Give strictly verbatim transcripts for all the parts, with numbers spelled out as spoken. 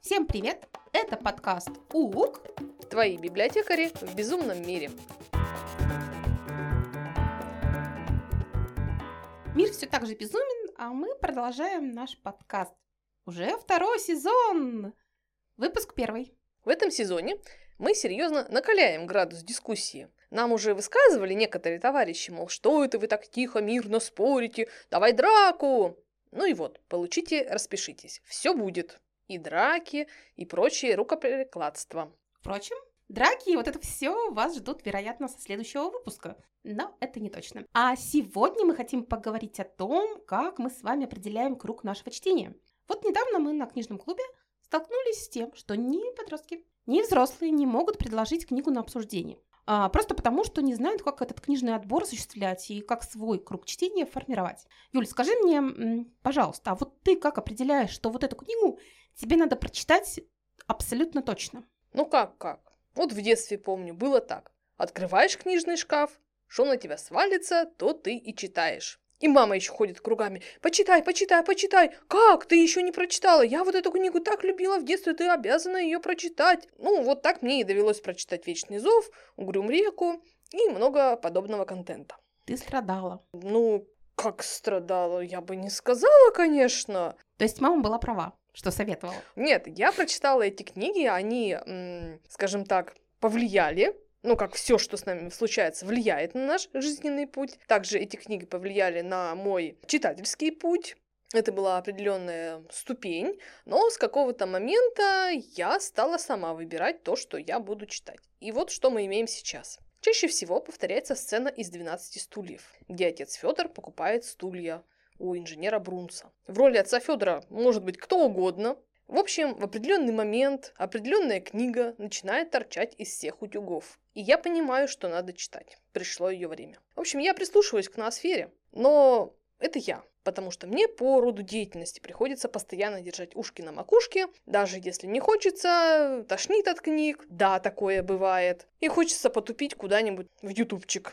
Всем привет! Это подкаст УУК. Твои библиотекари в безумном мире. Мир все так же безумен, а мы продолжаем наш подкаст. Уже второй сезон! Выпуск первый. В этом сезоне мы серьезно накаляем градус дискуссии. Нам уже высказывали некоторые товарищи, мол, что это вы так тихо, мирно спорите, давай драку! Ну и вот, получите, распишитесь, все будет. И драки, и прочие рукоприкладства. Впрочем, драки и вот это все вас ждут, вероятно, со следующего выпуска. Но это не точно. А сегодня мы хотим поговорить о том, как мы с вами определяем круг нашего чтения. Вот недавно мы на книжном клубе столкнулись с тем, что ни подростки, ни взрослые не могут предложить книгу на обсуждение. А, просто потому, что не знают, как этот книжный отбор осуществлять и как свой круг чтения формировать. Юль, скажи мне, пожалуйста, а вот ты как определяешь, что вот эту книгу тебе надо прочитать абсолютно точно? Ну как-как? Вот в детстве помню, было так. Открываешь книжный шкаф, что на тебя свалится, то ты и читаешь. И мама еще ходит кругами. Почитай, почитай, почитай. Как? Ты еще не прочитала? Я вот эту книгу так любила в детстве, ты обязана ее прочитать. Ну, вот так мне и довелось прочитать «Вечный зов», «Угрюм реку» и много подобного контента. Ты страдала. Ну, как страдала, я бы не сказала, конечно. То есть мама была права, что советовала? Нет, я прочитала эти книги, они, м, скажем так, повлияли. Ну, как все, что с нами случается, влияет на наш жизненный путь. Также эти книги повлияли на мой читательский путь. Это была определенная ступень, но с какого-то момента я стала сама выбирать то, что я буду читать. И вот что мы имеем сейчас. Чаще всего повторяется сцена из «двенадцати стульев», где отец Федор покупает стулья у инженера Брунца. В роли отца Федора может быть кто угодно. В общем, в определенный момент определенная книга начинает торчать из всех утюгов. И я понимаю, что надо читать. Пришло ее время. В общем, я прислушиваюсь к ноосфере, но это я. Потому что мне по роду деятельности приходится постоянно держать ушки на макушке, даже если не хочется, тошнит от книг. Да, такое бывает. И хочется потупить куда-нибудь в ютубчик.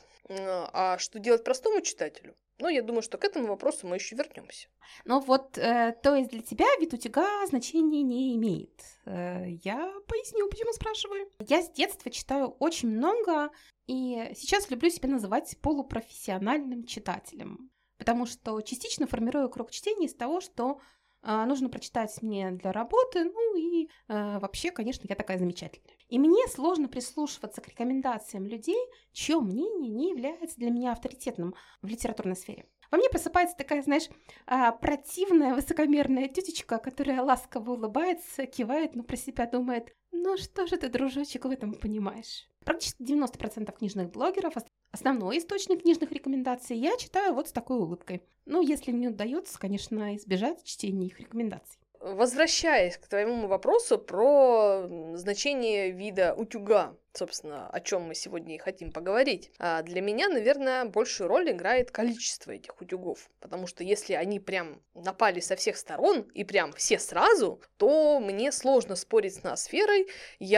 А что делать простому читателю? Ну, я думаю, что к этому вопросу мы еще вернемся. Ну вот, э, то есть для тебя вид утюга значения не имеет. Э, я поясню, почему спрашиваю. Я с детства читаю очень много, и сейчас люблю себя называть полупрофессиональным читателем, потому что частично формирую круг чтения из того, что э, нужно прочитать мне для работы, ну и э, вообще, конечно, я такая замечательная. И мне сложно прислушиваться к рекомендациям людей, чье мнение не является для меня авторитетным в литературной сфере. Во мне просыпается такая, знаешь, противная, высокомерная тетечка, которая ласково улыбается, кивает, но про себя думает: ну что же ты, дружочек, в этом понимаешь? Практически девяносто процентов книжных блогеров, основной источник книжных рекомендаций, я читаю вот с такой улыбкой. Ну, если мне удается, конечно, избежать чтения их рекомендаций. Возвращаясь к твоему вопросу про значение вида утюга, собственно, о чем мы сегодня и хотим поговорить, для меня, наверное, большую роль играет количество этих утюгов. Потому что если они прям напали со всех сторон и прям все сразу, то мне сложно спорить с ноосферой,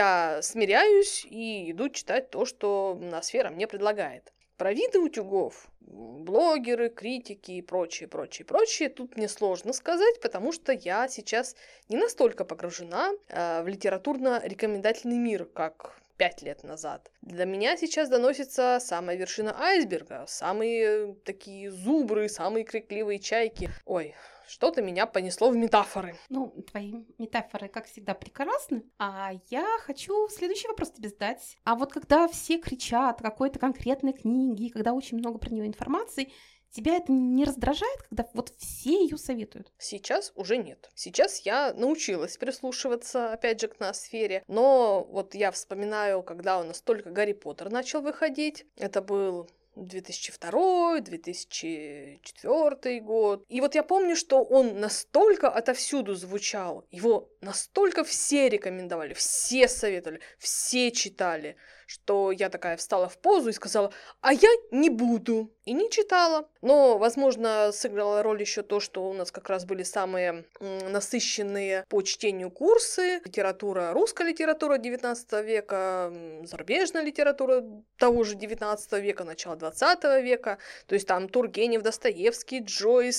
я смиряюсь и иду читать то, что ноосфера мне предлагает. Про виды утюгов, блогеры, критики и прочее, прочее, прочее, тут мне сложно сказать, потому что я сейчас не настолько погружена э, в литературно-рекомендательный мир, как пять лет назад. Для меня сейчас доносится самая вершина айсберга, самые такие зубры, самые крикливые чайки. Ой, что-то меня понесло в метафоры. Ну, твои метафоры, как всегда, прекрасны. А я хочу следующий вопрос тебе задать. А вот когда все кричат о какой-то конкретной книге, когда очень много про нее информации, тебя это не раздражает, когда вот все ее советуют? Сейчас уже нет. Сейчас я научилась прислушиваться, опять же, к ноосфере. Но вот я вспоминаю, когда у нас только Гарри Поттер начал выходить. Это был две тысячи второй, две тысячи четвёртый год. И вот я помню, что он настолько отовсюду звучал, его настолько все рекомендовали, все советовали, все читали, что я такая встала в позу и сказала: а я не буду. И не читала. Но, возможно, сыграла роль еще то, что у нас как раз были самые насыщенные по чтению курсы. Литература, русская литература девятнадцатого века, зарубежная литература того же девятнадцатого века, начала двадцатого века. То есть там Тургенев, Достоевский, Джойс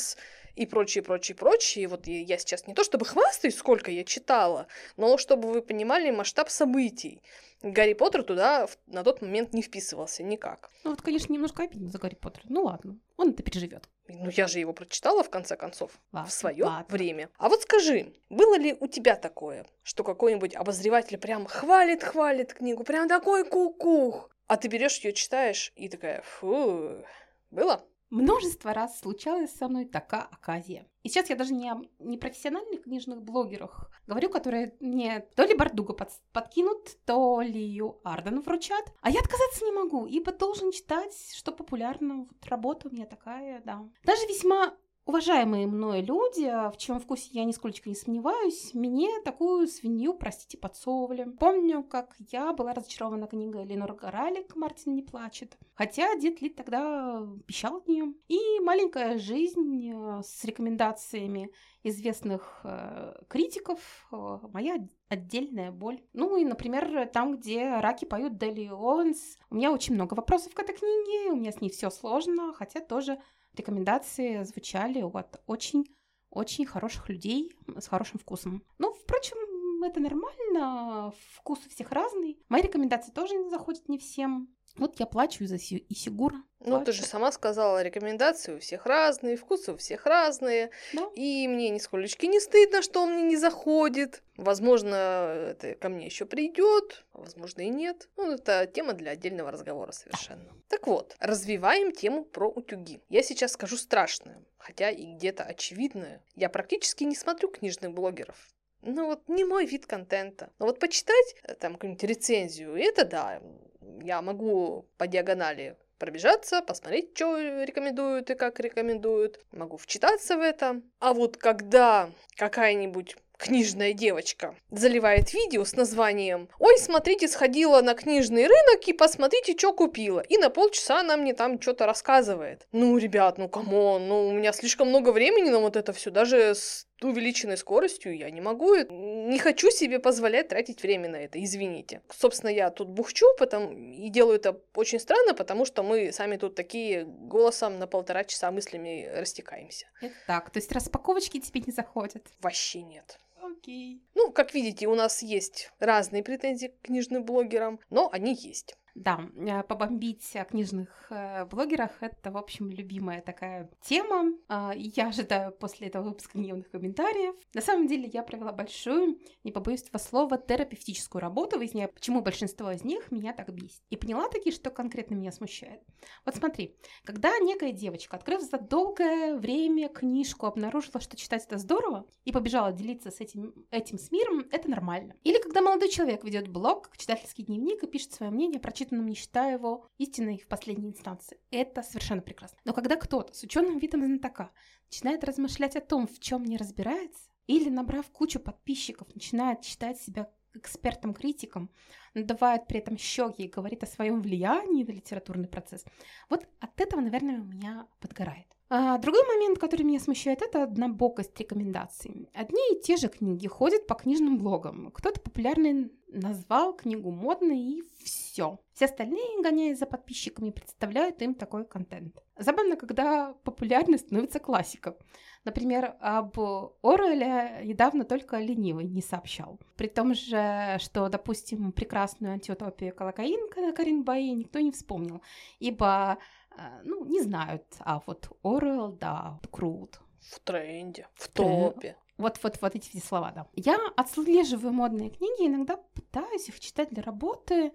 и прочее, прочее, прочее. И вот я сейчас не то чтобы хвастаюсь, сколько я читала, но чтобы вы понимали масштаб событий. Гарри Поттер туда на тот момент не вписывался никак. Ну вот, конечно, немножко обидно за Гарри Поттера. Ну ладно, он это переживет. Ну я же его прочитала в конце концов, ладно, в свое ладно. время. А вот скажи, было ли у тебя такое, что какой-нибудь обозреватель прям хвалит-хвалит книгу, прям такой кукух, а ты берешь ее, читаешь и такая, фу, было? Множество раз случалась со мной такая оказия. И сейчас я даже не о не профессиональных книжных блогерах говорю, которые мне то ли Бардуга под, подкинут, то ли ее Арден вручат. А я отказаться не могу, ибо должен читать, что популярно. Вот работа у меня такая, да. Даже весьма уважаемые мной люди, в чьем вкусе я нисколько не сомневаюсь, мне такую свинью, простите, подсовывали. Помню, как я была разочарована книгой Ленор Горалик «Мартин не плачет», хотя дед Лид тогда пищал от нее. И «Маленькая жизнь» с рекомендациями известных э, критиков э, моя отдельная боль. Ну и, например, там, где раки поют Дели Оуэнс, у меня очень много вопросов к этой книге, у меня с ней все сложно, хотя тоже рекомендации звучали от очень-очень хороших людей с хорошим вкусом. Но, впрочем, это нормально, вкус у всех разный. Мои рекомендации тоже не заходят не всем. Вот я плачу из-за Исигура. Ну, ты же сама сказала, рекомендации у всех разные, вкусы у всех разные. Да. И мне нисколечки не стыдно, что он мне не заходит. Возможно, это ко мне еще придет, а возможно и нет. Ну, это тема для отдельного разговора совершенно. Так вот, развиваем тему про утюги. Я сейчас скажу страшное, хотя и где-то очевидное. Я практически не смотрю книжных блогеров. Ну вот не мой вид контента. Но вот почитать там какую-нибудь рецензию, это да, я могу по диагонали пробежаться, посмотреть, что рекомендуют и как рекомендуют. Могу вчитаться в это. А вот когда какая-нибудь книжная девочка заливает видео с названием «Ой, смотрите, сходила на книжный рынок и посмотрите, что купила». И на полчаса она мне там что-то рассказывает. Ну, ребят, ну камон, ну у меня слишком много времени на вот это все. Даже с увеличенной скоростью я не могу, не хочу себе позволять тратить время на это, извините. Собственно, я тут бухчу, потому и делаю это очень странно, потому что мы сами тут такие голосом на полтора часа мыслями растекаемся. Это так, то есть распаковочки тебе не заходят? Вообще нет. Окей. Ну, как видите, у нас есть разные претензии к книжным блогерам, но они есть. Да, побомбить о книжных э, блогерах — это, в общем, любимая такая тема. Э, я ожидаю после этого выпуска гневных комментариев. На самом деле я провела большую, не побоюсь этого слова, терапевтическую работу, выясняя, почему большинство из них меня так бесит. И поняла таки, что конкретно меня смущает. Вот смотри, когда некая девочка, открыв за долгое время книжку, обнаружила, что читать это здорово, и побежала делиться с этим, этим с миром, это нормально. Или когда молодой человек ведет блог, читательский дневник и пишет свое мнение про читанном, не считая его истиной в последней инстанции. Это совершенно прекрасно. Но когда кто-то с ученым видом знатока начинает размышлять о том, в чем не разбирается, или, набрав кучу подписчиков, начинает считать себя экспертом-критиком, надувает при этом щеки и говорит о своем влиянии на литературный процесс, вот от этого, наверное, у меня подгорает. А другой момент, который меня смущает, это однобокость рекомендаций. Одни и те же книги ходят по книжным блогам. Кто-то популярный назвал книгу модной, и все. Все остальные, гоняясь за подписчиками, представляют им такой контент. Забавно, когда популярной становится классика. Например, об Оруэлле недавно только ленивый не сообщал. При том же, что, допустим, прекрасную антиутопию «Колокаинка» Карин Баи никто не вспомнил, ибо, ну, не знают, а вот Оруэлл, да, крут. В тренде, в топе. Вот-вот-вот эти все слова, да. Я отслеживаю модные книги, иногда пытаюсь их читать для работы,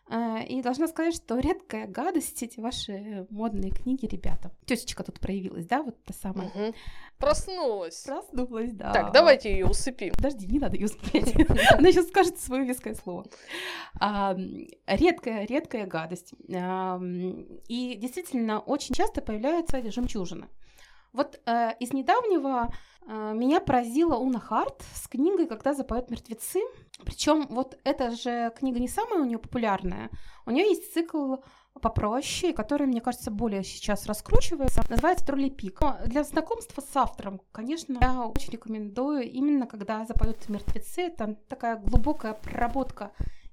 и должна сказать, что редкая гадость эти ваши модные книги, ребята. Тёсечка тут проявилась, да, вот та самая. Угу. Проснулась. Проснулась, да. Так, давайте ее усыпим. Подожди, не надо ее усыплять. Она сейчас скажет свое веское слово. Редкая, редкая гадость. И действительно, очень часто появляются жемчужины. Вот э, из недавнего э, меня поразила Уна Харт с книгой «Когда запоют мертвецы». Причем вот эта же книга не самая у нее популярная. У нее есть цикл попроще, который, мне кажется, более сейчас раскручивается. Называется «Тролли Пик». Но для знакомства с автором, конечно, я очень рекомендую именно «Когда запоют мертвецы». Это такая глубокая проработка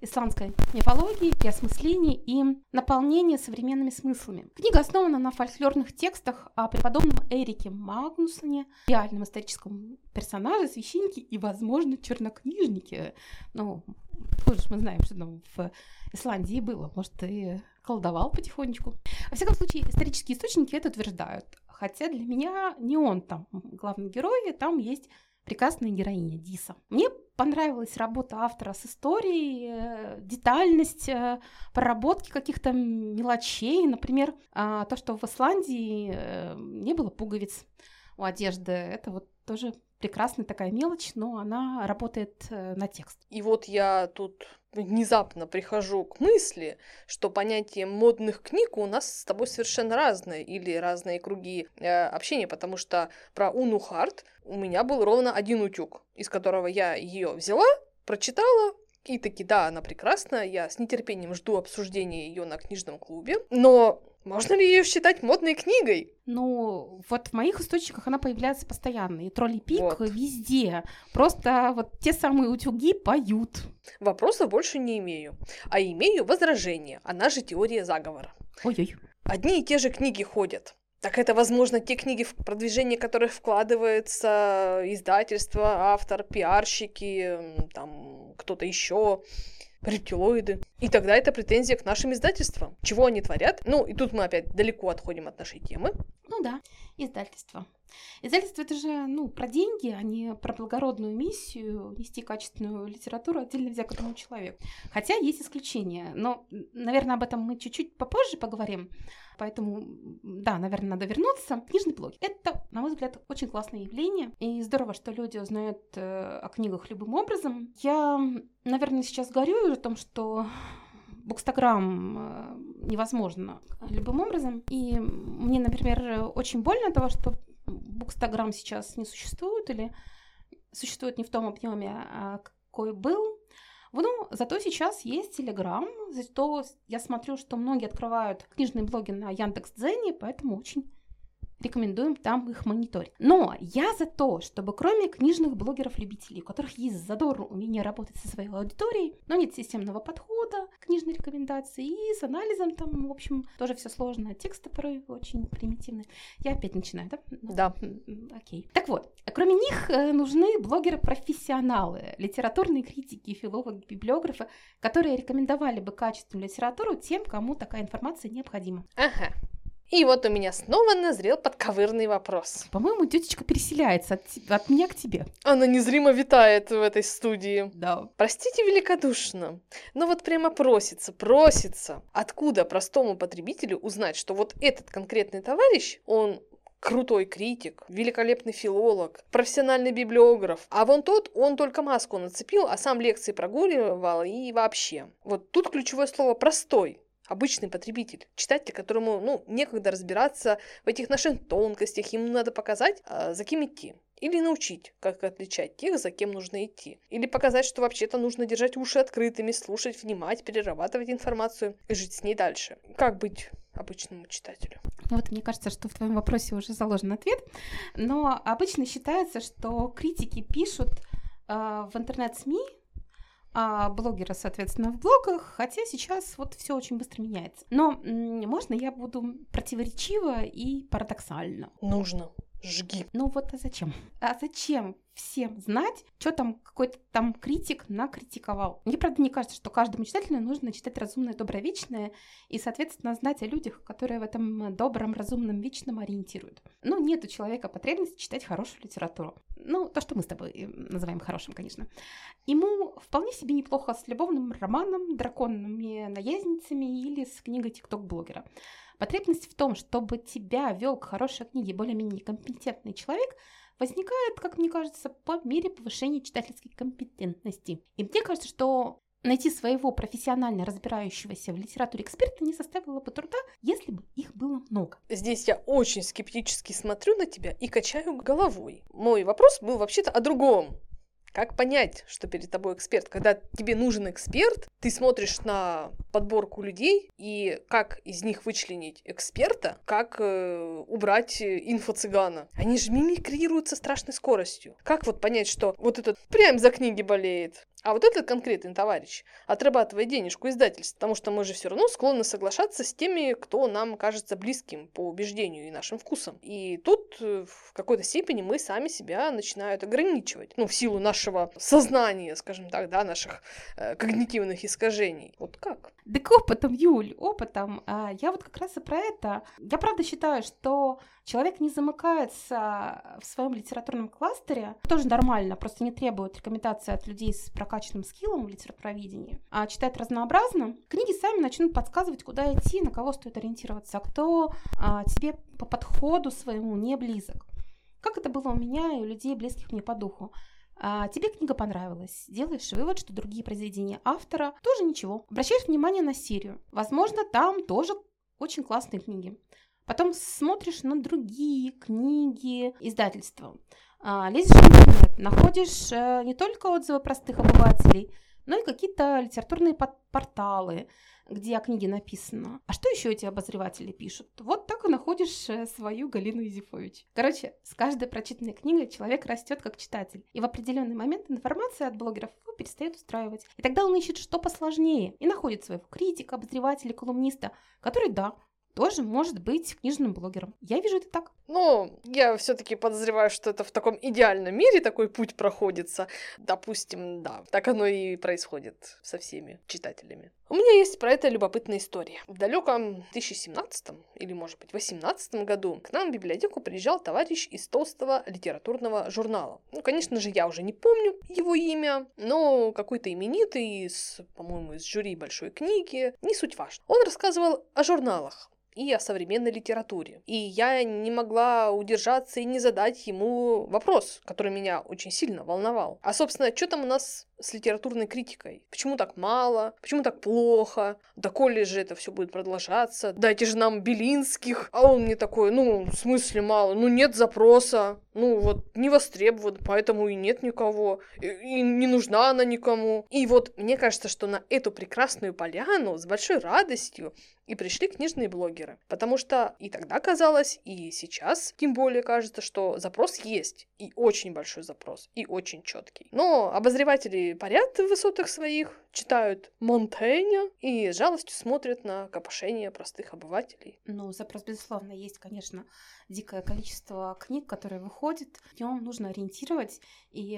исландской мифологии, переосмысления и наполнения современными смыслами. Книга основана на фольклорных текстах о преподобном Эрике Магнусоне, реальном историческом персонаже, священнике и, возможно, чернокнижнике. Ну, откуда же мы знаем, что там в Исландии было? Может, и колдовал потихонечку. Во всяком случае, исторические источники это утверждают. Хотя для меня не он там главный герой, там есть прекрасная героиня Диса. Мне понравилась работа автора с историей, детальность, проработки каких-то мелочей. Например, то, что в Исландии не было пуговиц у одежды. Это вот тоже прекрасная такая мелочь, но она работает на текст. И вот я тут внезапно прихожу к мысли, что понятие модных книг у нас с тобой совершенно разное, или разные круги э, общения, потому что про Уну Харт у меня был ровно один утюг, из которого я ее взяла, прочитала, и таки, да, она прекрасна, я с нетерпением жду обсуждения ее на книжном клубе, но можно ли ее считать модной книгой? Ну, вот в моих источниках она появляется постоянно, и Тролли Пик Вот. везде. Просто вот те самые утюги поют. Вопросов больше не имею, а имею возражение, она же теория заговора. Ой-ой. Одни и те же книги ходят. Так это, возможно, те книги, в продвижение которых вкладывается издательство, автор, пиарщики, там кто-то еще, рептилоиды. И тогда это претензия к нашим издательствам. Чего они творят? Ну, и тут мы опять далеко отходим от нашей темы. Ну да, издательство. Издательство — это же, ну, про деньги, а не про благородную миссию нести качественную литературу отдельно взятому человеку. Хотя есть исключения, но, наверное, об этом мы чуть-чуть попозже поговорим. Поэтому, да, наверное, надо вернуться. Книжный блог — это, на мой взгляд, очень классное явление. И здорово, что люди узнают э, о книгах любым образом. Я, наверное, сейчас горюю о том, что Букстаграм невозможно любым образом. И мне, например, очень больно от того, что Букстаграм сейчас не существует или существует не в том объеме, какой был. Ну, зато сейчас есть Телеграм, зато я смотрю, что многие открывают книжные блоги на Яндекс.Дзене, поэтому очень рекомендуем там их мониторить. Но я за то, чтобы кроме книжных блогеров-любителей, у которых есть задор, умение работать со своей аудиторией, но нет системного подхода к книжной рекомендации и с анализом там, в общем, тоже все сложно, тексты порой очень примитивные. Я опять начинаю, да? Да. Окей. Так вот, кроме них нужны блогеры-профессионалы, литературные критики, филологи, библиографы, которые рекомендовали бы качественную литературу тем, кому такая информация необходима. Ага. И вот у меня снова назрел подковырный вопрос. По-моему, тетечка переселяется от, от меня к тебе. Она незримо витает в этой студии. Да. Простите великодушно, но вот прямо просится, просится. Откуда простому потребителю узнать, что вот этот конкретный товарищ, он крутой критик, великолепный филолог, профессиональный библиограф, а вон тот, он только маску нацепил, а сам лекции прогуливал и вообще. Вот тут ключевое слово «простой». Обычный потребитель, читатель, которому, ну, некогда разбираться в этих наших тонкостях, ему надо показать, а, за кем идти. Или научить, как отличать тех, за кем нужно идти. Или показать, что вообще-то нужно держать уши открытыми, слушать, внимать, перерабатывать информацию и жить с ней дальше. Как быть обычному читателю? Вот мне кажется, что в твоем вопросе уже заложен ответ, но обычно считается, что критики пишут э, в интернет-СМИ, а блогеры, соответственно, в блогах, хотя сейчас вот все очень быстро меняется. Но м- можно я буду противоречива и парадоксальна? Нужно. Жги. Ну вот, а зачем? А зачем всем знать, что там какой-то там критик накритиковал? Мне, правда, не кажется, что каждому читателю нужно читать разумное, доброе, вечное и, соответственно, знать о людях, которые в этом добром, разумном, вечном ориентируют. Ну, нет у человека потребности читать хорошую литературу. Ну, то, что мы с тобой называем хорошим, конечно. Ему вполне себе неплохо с любовным романом, драконными наездницами или с книгой тикток-блогера. Потребность в том, чтобы тебя вел к хорошей книге более-менее компетентный человек, возникает, как мне кажется, по мере повышения читательской компетентности. И мне кажется, что найти своего профессионально разбирающегося в литературе эксперта не составило бы труда, если бы их было много. Здесь я очень скептически смотрю на тебя и качаю головой. Мой вопрос был вообще-то о другом. Как понять, что перед тобой эксперт? Когда тебе нужен эксперт, ты смотришь на подборку людей, и как из них вычленить эксперта, как э, убрать инфо-цыгана. Они же мимикрируют со страшной скоростью. Как вот понять, что вот этот прям за книги болеет, А вот этот конкретный товарищ отрабатывает денежку издательства, потому что мы же все равно склонны соглашаться с теми, кто нам кажется близким по убеждению и нашим вкусам. И тут в какой-то степени мы сами себя начинают ограничивать. Ну, в силу нашего сознания, скажем так, да, наших э, когнитивных искажений. Вот как? Да к опытом, Юль, опытом. А, я вот как раз и про это. Я правда считаю, что человек не замыкается в своем литературном кластере. Тоже нормально, просто не требует рекомендаций от людей с прокачанным скиллом в литературоведении, а читает разнообразно. Книги сами начнут подсказывать, куда идти, на кого стоит ориентироваться, кто а, тебе по подходу своему не близок. Как это было у меня и у людей, близких мне по духу. А тебе книга понравилась, делаешь вывод, что другие произведения автора тоже ничего. Обращаешь внимание на серию. Возможно, там тоже очень классные книги. Потом смотришь на другие книги издательства. А, лезешь в интернет, находишь а, не только отзывы простых обывателей, но и какие-то литературные порталы, где о книге написано. А что еще эти обозреватели пишут? Вот так и находишь свою Галину Юзефович. Короче, с каждой прочитанной книгой человек растет как читатель. И в определенный момент информация от блогеров его перестает устраивать. И тогда он ищет что посложнее и находит своего критика, обозревателя, колумниста, который, да, тоже может быть книжным блогером. Я вижу это так. Ну, я все-таки подозреваю, что это в таком идеальном мире такой путь проходится. Допустим, да, так оно и происходит со всеми читателями. У меня есть про это любопытная история. В далеком две тысячи семнадцатом или, может быть, восемнадцатом году к нам в библиотеку приезжал товарищ из толстого литературного журнала. Ну, конечно же, я уже не помню его имя, но какой-то именитый, из, по-моему, из жюри большой книги, не суть важно. Он рассказывал о журналах и о современной литературе. И я не могла удержаться и не задать ему вопрос, который меня очень сильно волновал. А, собственно, что там у нас с литературной критикой? Почему так мало? Почему так плохо? Доколе же это все будет продолжаться? Дайте же нам Белинских. А он мне такой, ну, в смысле мало? Ну, нет запроса. Ну, вот, не востребован, поэтому и нет никого. И, и не нужна она никому. И вот мне кажется, что на эту прекрасную поляну с большой радостью и пришли книжные блогеры. Потому что и тогда казалось, и сейчас тем более кажется, что запрос есть. И очень большой запрос. И очень четкий. Но обозреватели парят в высотах своих, читают Монтэня и с жалостью смотрят на копошение простых обывателей. Ну, запрос, безусловно, есть, конечно, дикое количество книг, которые выходят. В нем нужно ориентировать. И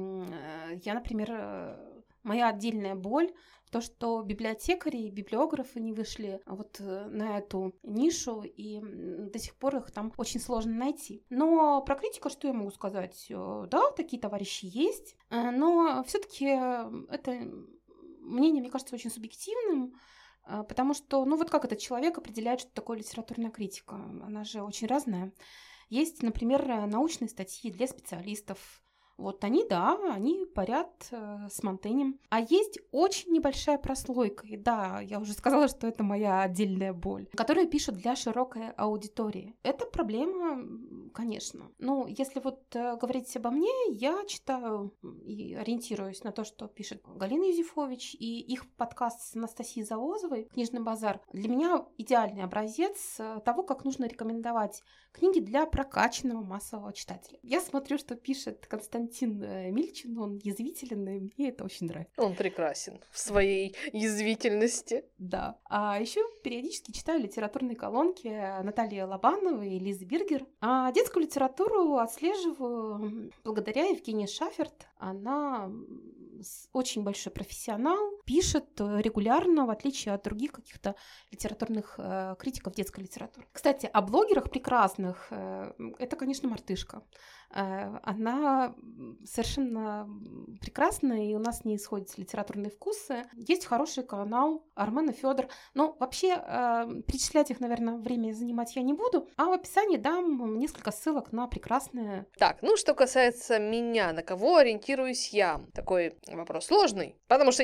э, я, например, э, моя отдельная боль то, что библиотекари и библиографы не вышли вот на эту нишу, и до сих пор их там очень сложно найти. Но про критика что я могу сказать? Да, такие товарищи есть, но все-таки это мнение, мне кажется, очень субъективным, потому что, ну вот как этот человек определяет, что такое литературная критика? Она же очень разная. Есть, например, научные статьи для специалистов. Вот они, да, они парят э, с Монтенем. А есть очень небольшая прослойка, и да, я уже сказала, что это моя отдельная боль, которая пишут для широкой аудитории. Это проблема, конечно. Ну, если вот э, говорить обо мне, я читаю и ориентируюсь на то, что пишет Галина Юзефович, и их подкаст с Анастасией Завозовой «Книжный базар» для меня идеальный образец того, как нужно рекомендовать книги для прокачанного массового читателя. Я смотрю, что пишет Константин Мильчин, он язвителен, и мне это очень нравится. Он прекрасен в своей язвительности. Да. А еще периодически читаю литературные колонки Натальи Лобановой и Лизы Биргер. А детскую литературу отслеживаю благодаря Евгении Шаферт. Она очень большой профессионал, пишет регулярно, в отличие от других каких-то литературных э, критиков детской литературы. Кстати, о блогерах прекрасных, э, это, конечно, Мартышка. Э, она совершенно прекрасная, и у нас не сходятся литературные вкусы. Есть хороший канал Армен и Федор. Но вообще э, перечислять их, наверное, время занимать я не буду, а в описании дам несколько ссылок на прекрасные. Так, ну что касается меня, на кого ориентируюсь я? Такой вопрос сложный, потому что я говорила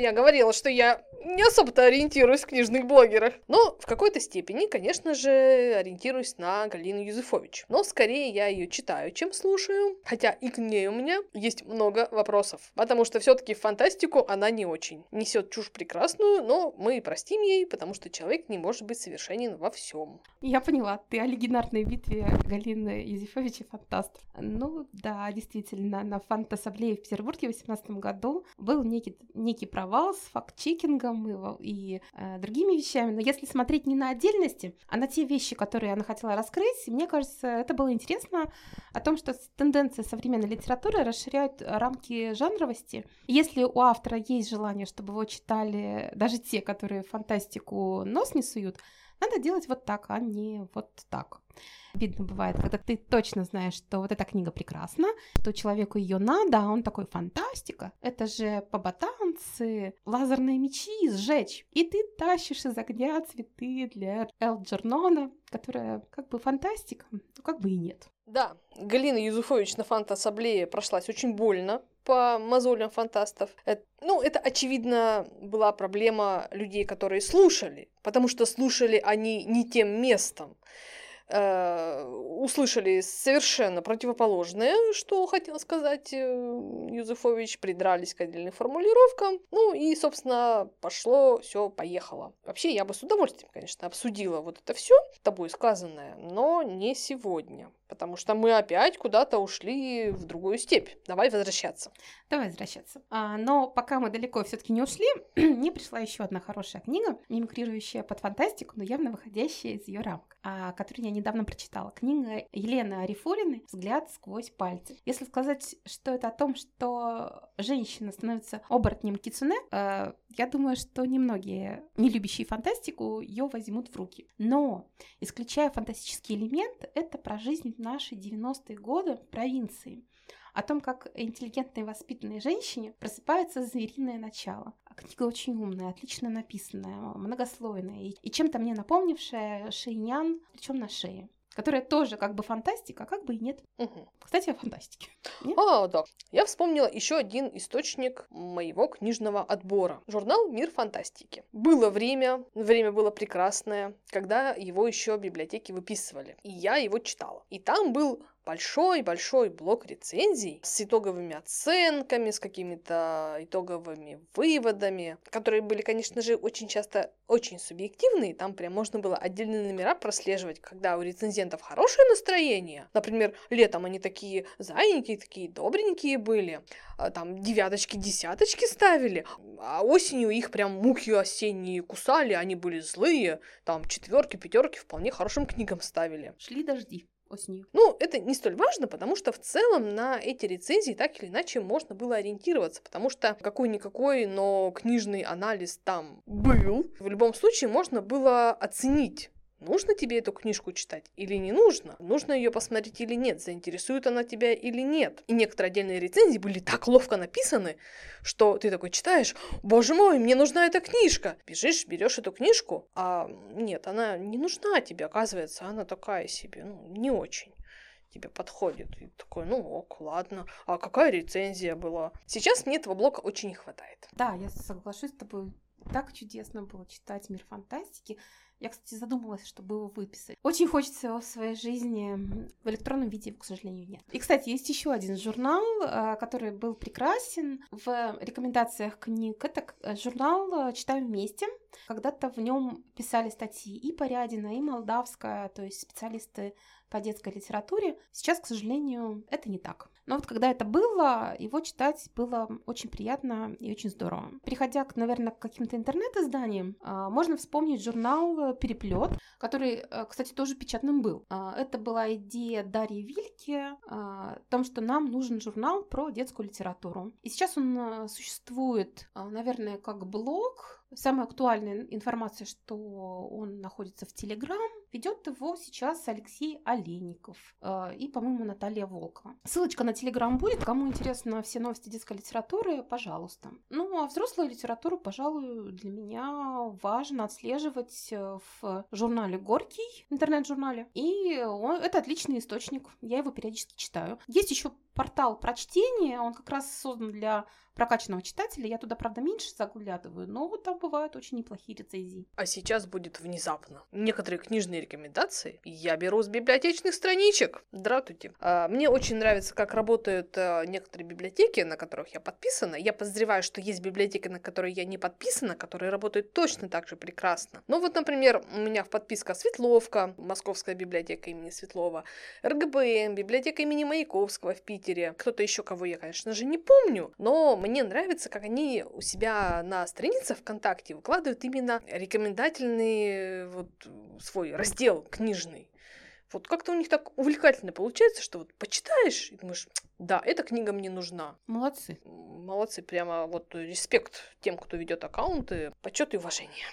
поняла, что я не особо-то ориентируюсь в книжных блогерах. Но в какой-то степени, конечно же, ориентируюсь на Галину Юзефович. Но скорее я ее читаю, чем слушаю. Хотя и к ней у меня есть много вопросов. Потому что все-таки в фантастику она не очень. Несет чушь прекрасную, но мы простим ей, потому что человек не может быть совершенен во всем. Я поняла, ты о легендарной битве Галины Юзефович и фантастов. Ну да, действительно, на фантасаблее в Петербурге в восемнадцатом году был некий, некий провал с факт-чекингом и, и э, другими вещами. Но если смотреть не на отдельности, а на те вещи, которые она хотела раскрыть, мне кажется, это было интересно о том, что тенденции современной литературы расширяют рамки жанровости. И если у автора есть желание, чтобы его читали даже те, которые фантастику нос не суют, надо делать вот так, а не вот так. Видно бывает, когда ты точно знаешь, что вот эта книга прекрасна, что человеку ее надо, а он такой: фантастика, это же побатанцы, лазерные мечи сжечь. И ты тащишь из огня цветы для Элджернона, которая как бы фантастика, но как бы и нет. Да, Галина Юзефович на фантасаблее прошлась очень больно по мозолям фантастов. Это, ну, это, очевидно, была проблема людей, которые слушали, потому что слушали они не тем местом. Э, услышали совершенно противоположное, что хотел сказать Юзефович, придрались к отдельным формулировкам, ну и, собственно, пошло, все поехало. Вообще, я бы с удовольствием, конечно, обсудила вот это все тобой сказанное, но не сегодня, потому что мы опять куда-то ушли в другую степь. Давай возвращаться. Давай возвращаться. А, но пока мы далеко все-таки не ушли, мне пришла еще одна хорошая книга, мимикрирующая под фантастику, но явно выходящая из ее рамок, а, которую я недавно прочитала. Книга Елены Арифулиной «Взгляд сквозь пальцы». Если сказать, что это о том, что женщина становится оборотнем кицуне, э, я думаю, что немногие, не любящие фантастику, ее возьмут в руки. Но, исключая фантастический элемент, это про жизнь в наши девяностые годы в провинции. О том, как интеллигентной воспитанной женщине просыпается звериное начало. Книга очень умная, отлично написанная, многослойная и, и чем-то мне напомнившая Шейнян, причем на шее, которая тоже как бы фантастика, а как бы и нет. Угу. Кстати, о фантастике. Нет? А, да. Я вспомнила еще один источник моего книжного отбора. Журнал «Мир фантастики». Было время, время было прекрасное, когда его еще в библиотеке выписывали. И я его читала. И там был большой-большой блок рецензий с итоговыми оценками, с какими-то итоговыми выводами, которые были, конечно же, очень часто очень субъективные. Там прям можно было отдельные номера прослеживать, когда у рецензентов хорошее настроение. Например, летом они такие зайненькие, такие добренькие были, там девяточки, десяточки ставили, а осенью их прям мухи осенние кусали, они были злые, там четверки, пятерки вполне хорошим книгам ставили. Шли дожди осенью. Ну, это не столь важно, потому что в целом на эти рецензии так или иначе можно было ориентироваться, потому что какой-никакой, но книжный анализ там был. В любом случае можно было оценить, нужно тебе эту книжку читать или не нужно, нужно ее посмотреть или нет, заинтересует она тебя или нет. И некоторые отдельные рецензии были так ловко написаны, что ты такой читаешь: боже мой, мне нужна эта книжка. Бежишь, берешь эту книжку, а нет, она не нужна тебе, оказывается, она такая себе, ну, не очень тебе подходит. И такой: ну ок, ладно. А какая рецензия была? Сейчас мне этого блока очень не хватает. Да, я соглашусь с тобой. Так чудесно было читать «Мир фантастики». Я, кстати, задумалась, чтобы его выписать. Очень хочется его в своей жизни. В электронном виде, к сожалению, нет. И, кстати, есть еще один журнал, который был прекрасен в рекомендациях книг. Это журнал «Читаем вместе». Когда-то в нем писали статьи и Порядина, и Молдавская, то есть специалисты по детской литературе. Сейчас, к сожалению, это не так. Но вот когда это было, его читать было очень приятно и очень здорово. Переходя, наверное, к каким-то интернет-изданиям, можно вспомнить журнал «Переплет», который, кстати, тоже печатным был. Это была идея Дарьи Вильке о том, что нам нужен журнал про детскую литературу. И сейчас он существует, наверное, как блог. Самая актуальная информация, что он находится в Телеграм, ведет его сейчас Алексей Олейников э, и, по-моему, Наталья Волкова. Ссылочка на Телеграм будет. Кому интересно все новости детской литературы, пожалуйста. Ну, а взрослую литературу, пожалуй, для меня важно отслеживать в журнале «Горький», интернет-журнале. И он, это отличный источник. Я его периодически читаю. Есть еще портал прочтения, он как раз создан для прокачанного читателя. Я туда, правда, меньше заглядываю, но вот там бывают очень неплохие рецензии. А сейчас будет внезапно. Некоторые книжные рекомендации я беру с библиотечных страничек. Здравствуйте. А, мне очень нравится, как работают а, некоторые библиотеки, на которых я подписана. Я подозреваю, что есть библиотеки, на которые я не подписана, которые работают точно так же прекрасно. Ну вот, например, у меня в подписках Светловка, Московская библиотека имени Светлова, эр гэ бэ эм, библиотека имени Маяковского в Питере. Кто-то еще, кого я, конечно же, не помню, но мне нравится, как они у себя на страницах ВКонтакте выкладывают именно рекомендательный вот свой раздел книжный. Вот как-то у них так увлекательно получается, что вот почитаешь и думаешь, да, эта книга мне нужна. Молодцы. Молодцы, прямо вот респект тем, кто ведет аккаунты, почет и уважение.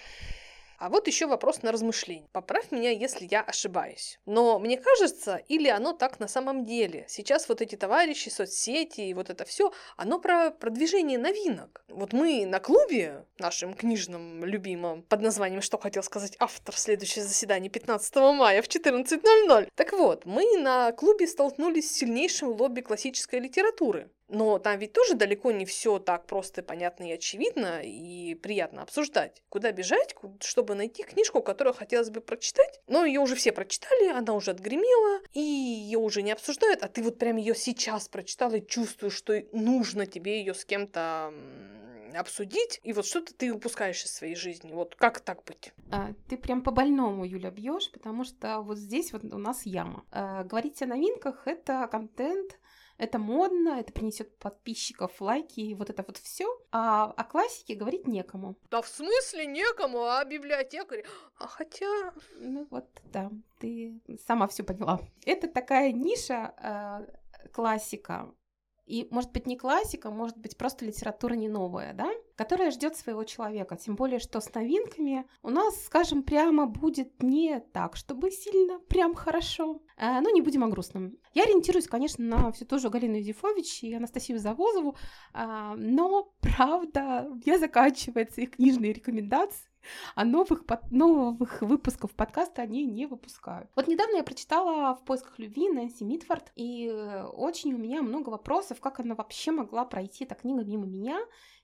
А вот еще вопрос на размышление. Поправь меня, если я ошибаюсь. Но мне кажется, или оно так на самом деле. Сейчас вот эти товарищи, соцсети и вот это все, оно про продвижение новинок. Вот мы на клубе, нашем книжном любимом, под названием «Что хотел сказать автор», следующее заседание пятнадцатого мая в четырнадцать ноль ноль. Так вот, мы на клубе столкнулись с сильнейшим лобби классической литературы. Но там ведь тоже далеко не все так просто, понятно и очевидно, и приятно обсуждать. Куда бежать, чтобы найти книжку, которую хотелось бы прочитать, но ее уже все прочитали, она уже отгремела, и ее уже не обсуждают, а ты вот прям ее сейчас прочитал и чувствуешь, что нужно тебе ее с кем-то обсудить, и вот что-то ты упускаешь из своей жизни. Вот как так быть? А, ты прям по-больному, Юля, бьешь, потому что вот здесь вот у нас яма. А, говорить о новинках — это контент, это модно, это принесет подписчиков, лайки и вот это вот все. А о классике говорить некому. Да в смысле некому, а библиотекарь? А хотя... Ну вот, да, ты сама все поняла. Это такая ниша, э, классика. И, может быть, не классика, может быть, просто литература не новая, да, которая ждет своего человека. Тем более, что с новинками у нас, скажем прямо, будет не так, чтобы сильно прям хорошо. А, но не будем о грустном. Я ориентируюсь, конечно, на всю ту же Галину Юзефович и Анастасию Завозову, а, но, правда, я заканчивается их книжные рекомендации. А новых, под... новых выпусков подкаста они не выпускают. Вот недавно я прочитала «В поисках любви» Нэнси Митфорд, и очень у меня много вопросов, как она вообще могла пройти, эта книга, мимо меня,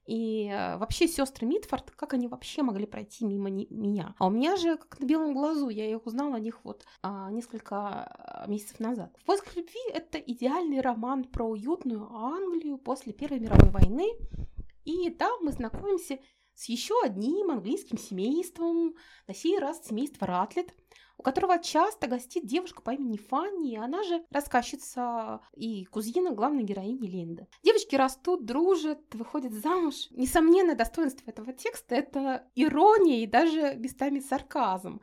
и вообще сестры Митфорд, как они вообще могли пройти мимо не... меня. А у меня же как на белом глазу, я их узнала о них вот а, несколько месяцев назад. «В поисках любви» — это идеальный роман про уютную Англию после Первой мировой войны, и там мы знакомимся с еще одним английским семейством, на сей раз семейство Ратлет, у которого часто гостит девушка по имени Фанни, и она же рассказчица и кузина главной героини Линды. Девочки растут, дружат, выходят замуж. Несомненное достоинство этого текста — это ирония и даже местами сарказм,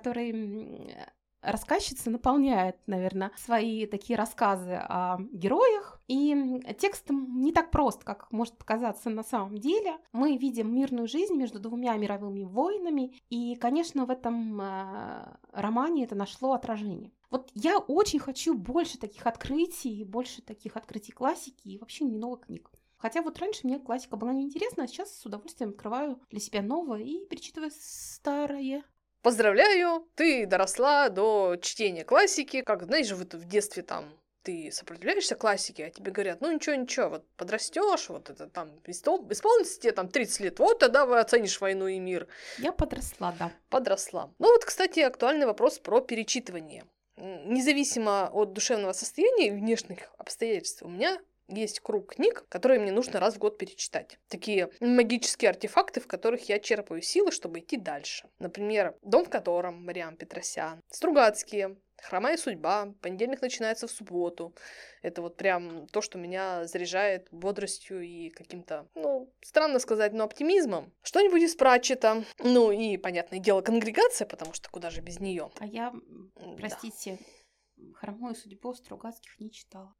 который рассказчица наполняет, наверное, свои такие рассказы о героях. И текст не так прост, как может показаться на самом деле. Мы видим мирную жизнь между двумя мировыми войнами, и, конечно, в этом э, романе это нашло отражение. Вот я очень хочу больше таких открытий, больше таких открытий классики и вообще не новых книг. Хотя вот раньше мне классика была неинтересна, а сейчас с удовольствием открываю для себя новое и перечитываю старое. Поздравляю, ты доросла до чтения классики. Как, знаешь, вот в детстве там ты сопротивляешься классике, а тебе говорят, ну ничего-ничего, вот подрастешь, вот это там, исполнится тебе там тридцать лет, вот тогда вы оценишь «Войну и мир». Я подросла, да. Подросла. Ну вот, кстати, актуальный вопрос про перечитывание. Независимо от душевного состояния и внешних обстоятельств, у меня есть круг книг, которые мне нужно раз в год перечитать. Такие магические артефакты, в которых я черпаю силы, чтобы идти дальше. Например, «Дом в котором» Мариам Петросян, Стругацкие, «Хромая судьба», «Понедельник начинается в субботу». Это вот прям то, что меня заряжает бодростью и каким-то, ну, странно сказать, но оптимизмом. Что-нибудь из Пратчета. Ну и, понятное дело, «Конгрегация», потому что куда же без нее. А я, простите, да. «Хромую судьбу» Стругацких не читала.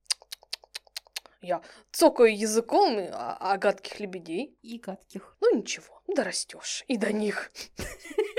Я цокаю языком о, о гадких лебедей. И гадких. Ну ничего, дорастешь и до них.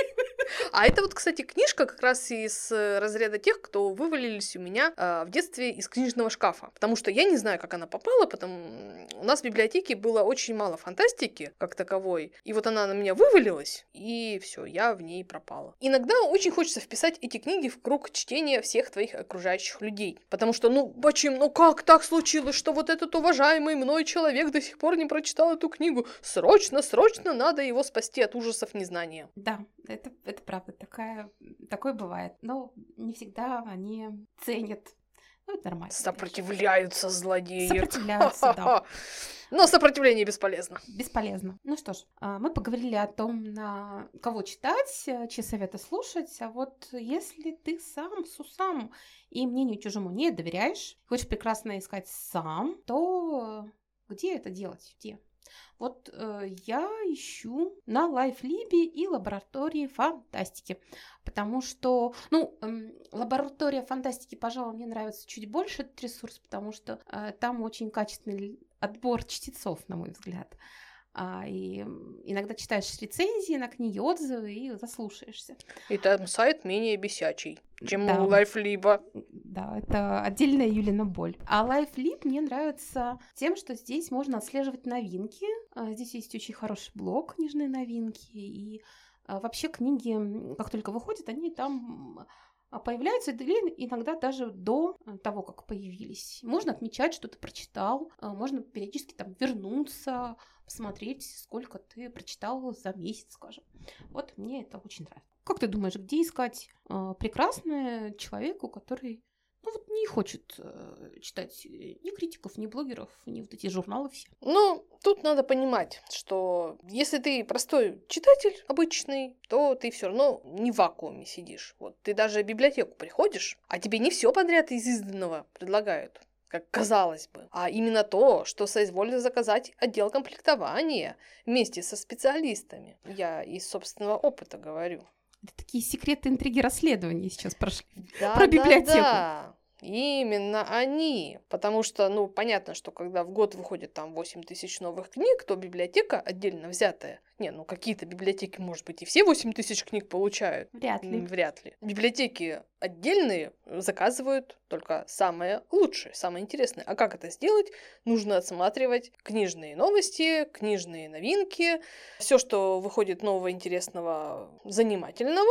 А это вот, кстати, книжка как раз из разряда тех, кто вывалились у меня э, в детстве из книжного шкафа. Потому что я не знаю, как она попала, потому у нас в библиотеке было очень мало фантастики как таковой. И вот она на меня вывалилась, и все, я в ней пропала. Иногда очень хочется вписать эти книги в круг чтения всех твоих окружающих людей. Потому что, ну, почему, ну как так случилось, что вот этот уважаемый мной человек до сих пор не прочитал эту книгу? Срочно, срочно надо его спасти от ужасов незнания. Да, это, это правда, такая, такое бывает. Но не всегда они ценят. Ну, это нормально. Сопротивляются злодеи. Сопротивляются, да. Но сопротивление бесполезно. Бесполезно. Ну что ж, мы поговорили о том, на кого читать, чьи советы слушать. А вот если ты сам с усам и мнению чужому не доверяешь, хочешь прекрасно искать сам, то где это делать? Где? Вот э, я ищу на Лайфлибе и лаборатории фантастики, потому что, ну, э, лаборатория фантастики, пожалуй, мне нравится чуть больше этот ресурс, потому что э, там очень качественный отбор чтецов, на мой взгляд. А, и иногда читаешь рецензии на книги, отзывы и заслушаешься. И там сайт менее бесячий, чем да. у Лайфлиба. Да, это отдельная Юлина боль. А Лайфлиб мне нравится тем, что здесь можно отслеживать новинки. Здесь есть очень хороший блог «Книжные новинки». И вообще книги, как только выходят, они там появляются или иногда даже до того, как появились. Можно отмечать, что ты прочитал, можно периодически там вернуться, посмотреть, сколько ты прочитал за месяц, скажем. Вот мне это очень нравится. Как ты думаешь, где искать э, прекрасное человеку, который ну, вот не хочет э, читать ни критиков, ни блогеров, ни вот эти журналы все? Ну, тут надо понимать, что если ты простой читатель обычный, то ты все равно не в вакууме сидишь. Вот ты даже в библиотеку приходишь, а тебе не все подряд из изданного предлагают, как казалось бы, а именно то, что соизволили заказать отдел комплектования вместе со специалистами. Я из собственного опыта говорю. Это такие секреты, интриги, расследования сейчас прошли. Да, про библиотеку. Да, да. Именно они. Потому что, ну, понятно, что когда в год выходит там восемь тысяч новых книг, то библиотека отдельно взятая. Не, ну какие-то библиотеки, может быть, и все восемь тысяч книг получают. Вряд ли. Вряд ли. Библиотеки отдельные заказывают только самое лучшее, самое интересное. А как это сделать? Нужно отсматривать книжные новости, книжные новинки, все, что выходит нового, интересного, занимательного.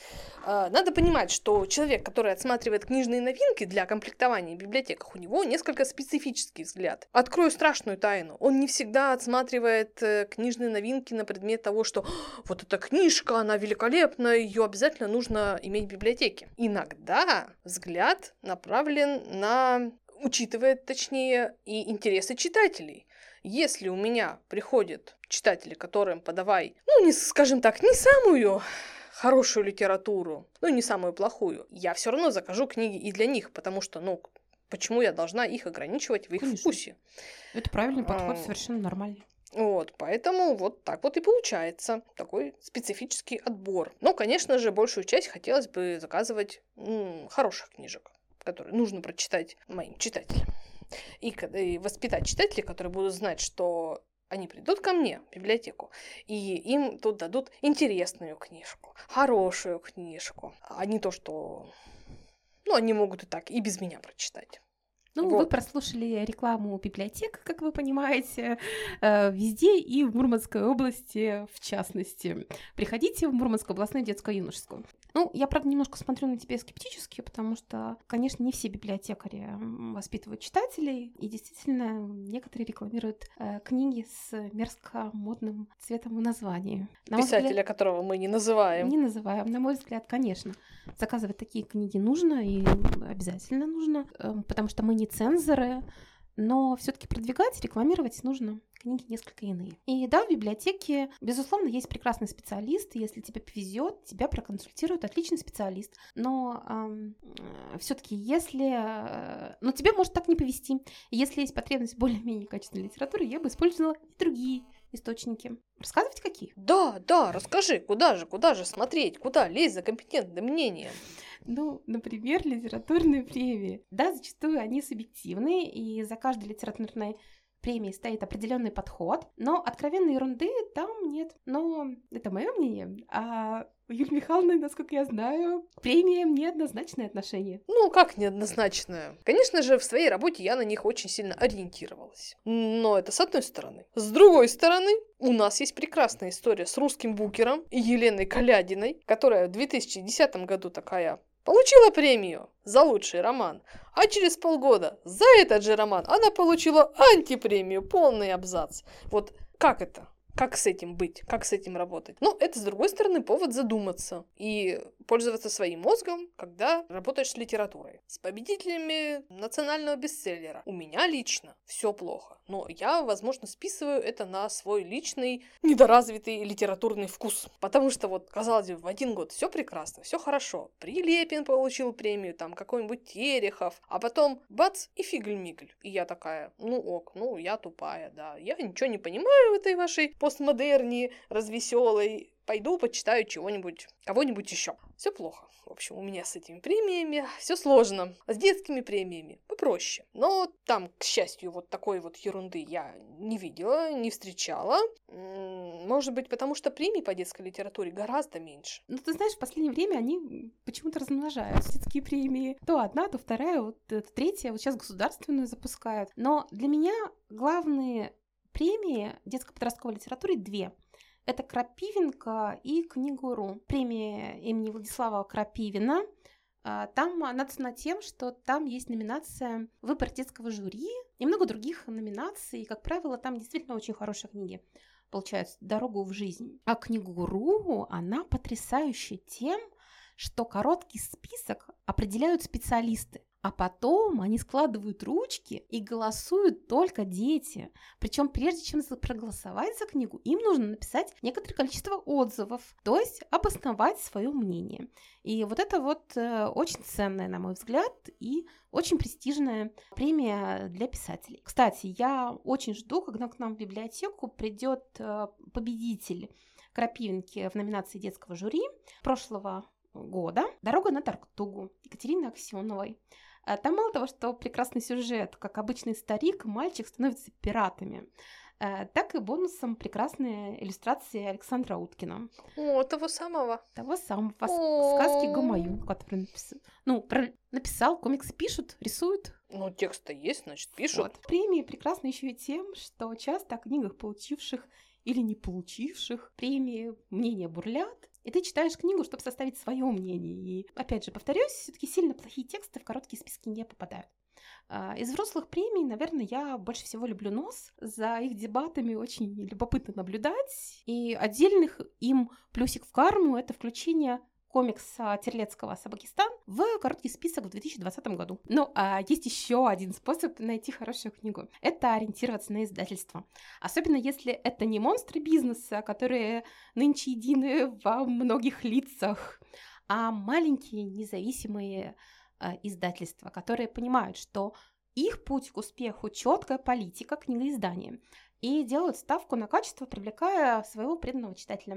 Надо понимать, что человек, который отсматривает книжные новинки для комплектования в библиотеках, у него несколько специфический взгляд. Открою страшную тайну. Он не всегда отсматривает книжные новинки на предмет того, что вот эта книжка, она великолепна, ее обязательно нужно иметь в библиотеке. Иногда взгляд направлен на... учитывает, точнее, и интересы читателей. Если у меня приходят читатели, которым подавай, ну, не, скажем так, не самую... хорошую литературу, ну, не самую плохую, я все равно закажу книги и для них, потому что, ну, почему я должна их ограничивать в их Конечно. Вкусе? Это правильный подход, А, совершенно нормальный. Вот, поэтому вот так вот и получается такой специфический отбор. Но, конечно же, большую часть хотелось бы заказывать м, хороших книжек, которые нужно прочитать моим читателям. И, и воспитать читателей, которые будут знать, что они придут ко мне в библиотеку, и им тут дадут интересную книжку, хорошую книжку, а не то, что... Ну, они могут и так, и без меня прочитать. Ну, вот. Вы прослушали рекламу библиотек, как вы понимаете, везде и в Мурманской области в частности. Приходите в Мурманскую областную детско-юношескую. Ну, я, правда, немножко смотрю на тебя скептически, потому что, конечно, не все библиотекари воспитывают читателей, и действительно некоторые рекламируют э, книги с мерзко-модным цветом в названии. На Писателя, взгляд, которого мы не называем. Не называем. На мой взгляд, конечно, заказывать такие книги нужно и обязательно нужно, э, потому что мы не цензоры, но все-таки продвигать, рекламировать нужно книги несколько иные. И да, в библиотеке, безусловно, есть прекрасный специалист, и если тебе повезет, тебя проконсультирует отличный специалист. Но эм, все-таки, если... Э, но тебе может так не повезти. Если есть потребность в более-менее качественной литературе, я бы использовала и другие источники. Рассказывайте, какие? Да, да, расскажи, куда же, куда же смотреть, куда лезть за компетентным мнением? Ну, например, литературные премии. Да, зачастую они субъективные, и за каждой литературной премии стоит определенный подход, но откровенной ерунды там нет. Но это мое мнение. А у Юлии Михайловны, насколько я знаю, к премиям неоднозначное отношение. Ну, как неоднозначное? Конечно же, в своей работе я на них очень сильно ориентировалась. Но это с одной стороны. С другой стороны, у нас есть прекрасная история с русским букером и Еленой Калядиной, которая в две тысячи десятом году такая получила премию за лучший роман, а через полгода за этот же роман она получила антипремию, полный абзац. Вот как это? Как с этим быть? Как с этим работать? Ну, это, с другой стороны, повод задуматься и пользоваться своим мозгом, когда работаешь с литературой. С победителями национального бестселлера у меня лично все плохо. Но я, возможно, списываю это на свой личный недоразвитый литературный вкус. Потому что вот, казалось бы, в один год все прекрасно, все хорошо. Прилепин получил премию, там какой-нибудь Терехов, а потом бац и фигль-мигль. И я такая, ну ок, ну я тупая, да. Я ничего не понимаю в этой вашей постмодерне развеселой. Пойду почитаю чего-нибудь, кого-нибудь еще. Все плохо. В общем, у меня с этими премиями все сложно. С детскими премиями попроще. Но там, к счастью, вот такой вот ерунды я не видела, не встречала. Может быть, потому что премий по детской литературе гораздо меньше. Ну, ты знаешь, в последнее время они почему-то размножаются, детские премии. То одна, то вторая, вот то третья. Вот сейчас государственную запускают. Но для меня главные премии детско-подростковой литературы две. Это Крапивинка и Книгуру. Премия имени Владислава Крапивина. Там она ценна тем, что там есть номинация «Выбор детского жюри» и много других номинаций. И, как правило, там действительно очень хорошие книги получают дорогу в жизнь. А Книгуру, она потрясающая тем, что короткий список определяют специалисты. А потом они складывают ручки и голосуют только дети. Причем прежде чем проголосовать за книгу, им нужно написать некоторое количество отзывов, то есть обосновать свое мнение. И вот это вот э, очень ценная, на мой взгляд, и очень престижная премия для писателей. Кстати, я очень жду, когда к нам в библиотеку придет э, победитель Крапивинки в номинации детского жюри прошлого года «Дорога на Тартугу» Екатерины Аксеновой. Там мало того, что прекрасный сюжет, как обычный старик, мальчик становится пиратами, так и бонусом прекрасные иллюстрации Александра Уткина. О, того самого. Того самого. Сказки Гамаюн, который написал. Ну, про... написал, комиксы пишут, рисуют. Ну, текст-то есть, значит, пишут. Вот. Премии прекрасны еще и тем, что часто о книгах, получивших или не получивших премии, мнения бурлят. И ты читаешь книгу, чтобы составить свое мнение. И, опять же, повторюсь, все-таки сильно плохие тексты в короткие списки не попадают. Из взрослых премий, наверное, я больше всего люблю «Нос». За их дебатами очень любопытно наблюдать. И отдельных им плюсик в карму – это включение комикса Терлецкого «Собакистан» в короткий список в две тысячи двадцатом году. Ну, а есть еще один способ найти хорошую книгу. Это ориентироваться на издательство. Особенно если это не монстры бизнеса, которые нынче едины во многих лицах, а маленькие независимые э, издательства, которые понимают, что их путь к успеху — четкая политика книгоиздания. И делают ставку на качество, привлекая своего преданного читателя.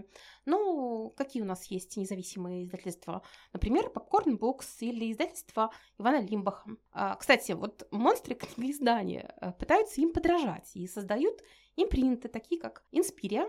Ну, какие у нас есть независимые издательства? Например, Popcorn Books или издательство Ивана Лимбаха. А, кстати, вот монстры книгоиздания пытаются им подражать и создают импринты, такие как Инспирия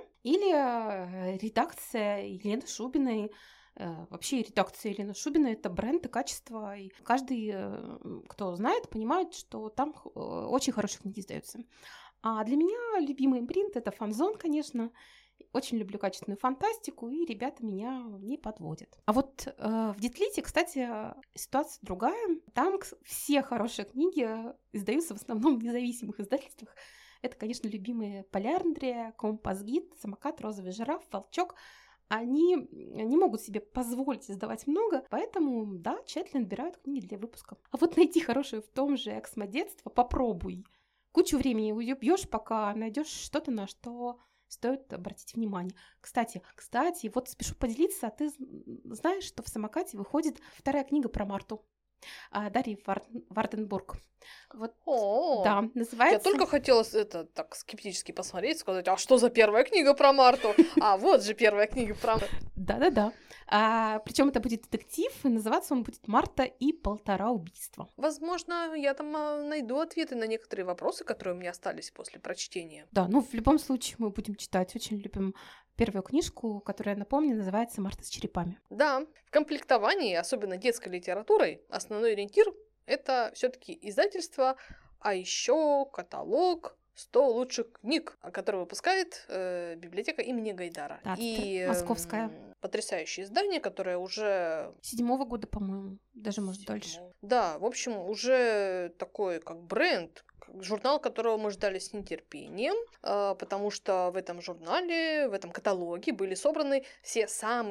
или редакция Елены Шубиной. Вообще редакция Елены Шубиной — это бренд и качество, и каждый, кто знает, понимает, что там очень хорошие книги издаются. А для меня любимый импринт — это Фанзон, конечно. Очень люблю качественную фантастику, и ребята меня не подводят. А вот э, в Детлите, кстати, ситуация другая. Там все хорошие книги издаются в основном в независимых издательствах. Это, конечно, любимые Полярндрия, Компас-гид, Самокат, Розовый жираф, Волчок. Они не могут себе позволить издавать много, поэтому, да, тщательно отбирают книги для выпуска. А вот найти хорошее в том же «Эксмо-детство» попробуй. Кучу времени убьешь, пока найдешь что-то, на что стоит обратить внимание. Кстати, кстати, вот спешу поделиться, а ты знаешь, что в «Самокате» выходит вторая книга про Марту Дарьи Вар... Варденбург. Вот, О, да, называется... Я только хотела это так скептически посмотреть, сказать, а что за первая книга про Марту? А вот же первая книга про... Да-да-да. А, причем это будет детектив, и называться он будет «Марта и полтора убийства». Возможно, я там а, найду ответы на некоторые вопросы, которые у меня остались после прочтения. Да, ну в любом случае мы будем читать. Очень любим первую книжку, которая, напомню, называется «Марта с черепами». Да, в комплектовании, особенно детской литературой, основной ориентир — это все-таки издательство, а еще каталог сто лучших книг, который выпускает э, библиотека имени Гайдара. Да, и московская. Э, потрясающее издание, которое уже... Седьмого года, по-моему, даже, может, Седьмого. дольше. Да, в общем, уже такой как бренд, журнал, которого мы ждали с нетерпением, э, потому что в этом журнале, в этом каталоге были собраны все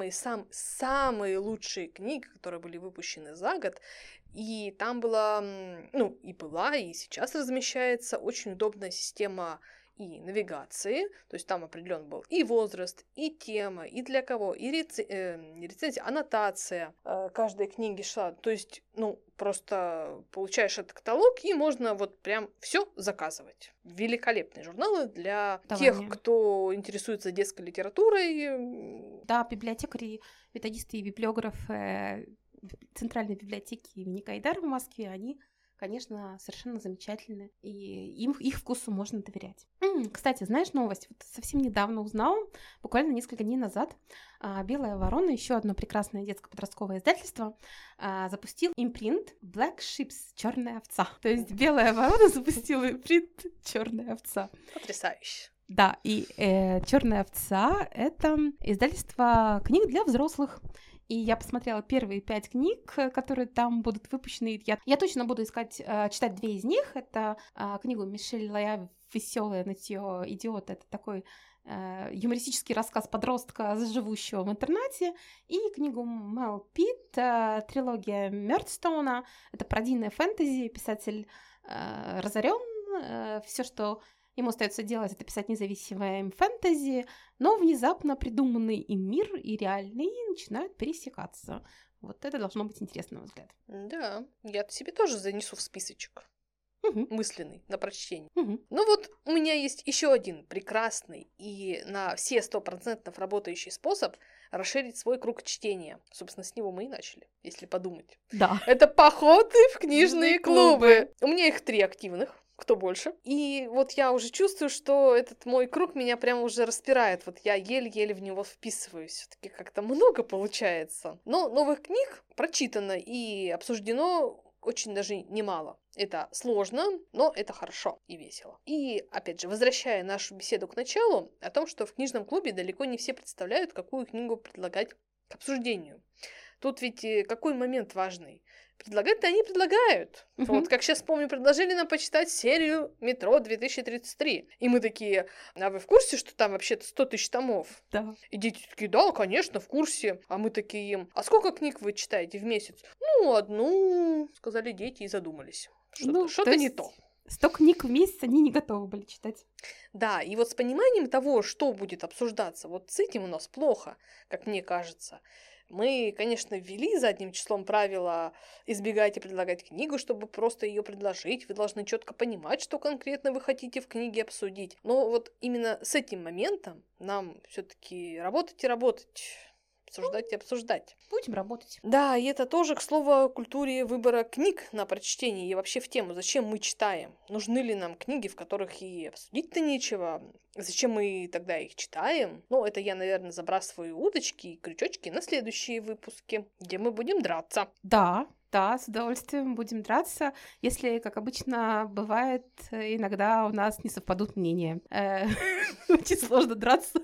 самые-самые лучшие книги, которые были выпущены за год. И там была, ну, и была, и сейчас размещается очень удобная система и навигации, то есть там определен был и возраст, и тема, и для кого, и реци... э, не рецензия, аннотация э, каждой книги шла, то есть, ну, просто получаешь этот каталог, и можно вот прям все заказывать. Великолепные журналы для Давай тех, мне. кто интересуется детской литературой. Да, библиотекари, методисты и библиографы Центральной библиотеки имени Гайдара в Москве, они, конечно, совершенно замечательны, и им, их вкусу можно доверять. М-м, кстати, знаешь новость? Вот совсем недавно узнала, буквально несколько дней назад, а, «Белая ворона», еще одно прекрасное детско-подростковое издательство, а, запустил импринт Black Ships, «Черная овца». То есть «Белая ворона» запустила импринт «Черная овца». Потрясающе. Да, и э, «Черная овца» — это издательство книг для взрослых. И я посмотрела первые пять книг, которые там будут выпущены. Я, я точно буду искать, э, читать две из них. Это э, книгу Мишель Лая «Веселое нытье идиота». Это такой э, юмористический рассказ подростка, живущего в интернате. И книгу Мел Питт, э, трилогия Мёрдстоуна. Это пародийное фэнтези. Писатель э, разорен. Э, все, что ему остается делать, это писать независимое им фэнтези, но внезапно придуманный им мир и реальный начинают пересекаться. Вот это должно быть интересно, на мой взгляд. Да, я себе тоже занесу в списочек. Угу. Мысленный, на прочтение. Угу. Ну вот, у меня есть еще один прекрасный и на все сто процентов работающий способ расширить свой круг чтения. Собственно, с него мы и начали, если подумать. Да. Это походы в книжные Книжные клубы. клубы. У меня их три активных. Кто больше. И вот я уже чувствую, что этот мой круг меня прямо уже распирает. Вот я еле-еле в него вписываюсь. Все-таки как-то много получается. Но новых книг прочитано и обсуждено очень даже немало. Это сложно, но это хорошо и весело. И, опять же, возвращая нашу беседу к началу, о том, что в книжном клубе далеко не все представляют, какую книгу предлагать к обсуждению. Тут ведь какой момент важный? Предлагать-то они предлагают. Uh-huh. Вот как сейчас помню, предложили нам почитать серию «Метро две тысячи тридцать три». И мы такие, а вы в курсе, что там вообще-то сто тысяч томов? Да. И дети такие, да, конечно, в курсе. А мы такие им, а сколько книг вы читаете в месяц? Ну, одну, сказали дети и задумались. Что-то, Ну, что-то то не есть то. сто книг в месяц они не готовы были читать. Да, и вот с пониманием того, что будет обсуждаться, вот с этим у нас плохо, как мне кажется. Мы, конечно, ввели задним числом правила избегать и предлагать книгу, чтобы просто ее предложить. Вы должны четко понимать, что конкретно вы хотите в книге обсудить. Но вот именно с этим моментом нам все-таки работать и работать. Обсуждать и обсуждать. Будем работать. Да, и это тоже, к слову, о культуре выбора книг на прочтение и вообще в тему, зачем мы читаем. Нужны ли нам книги, в которых и обсудить-то нечего? Зачем мы тогда их читаем? Ну, это я, наверное, забрасываю удочки и крючочки на следующие выпуски, где мы будем драться. Да, да, с удовольствием будем драться, если, как обычно бывает, иногда у нас не совпадут мнения. Очень сложно драться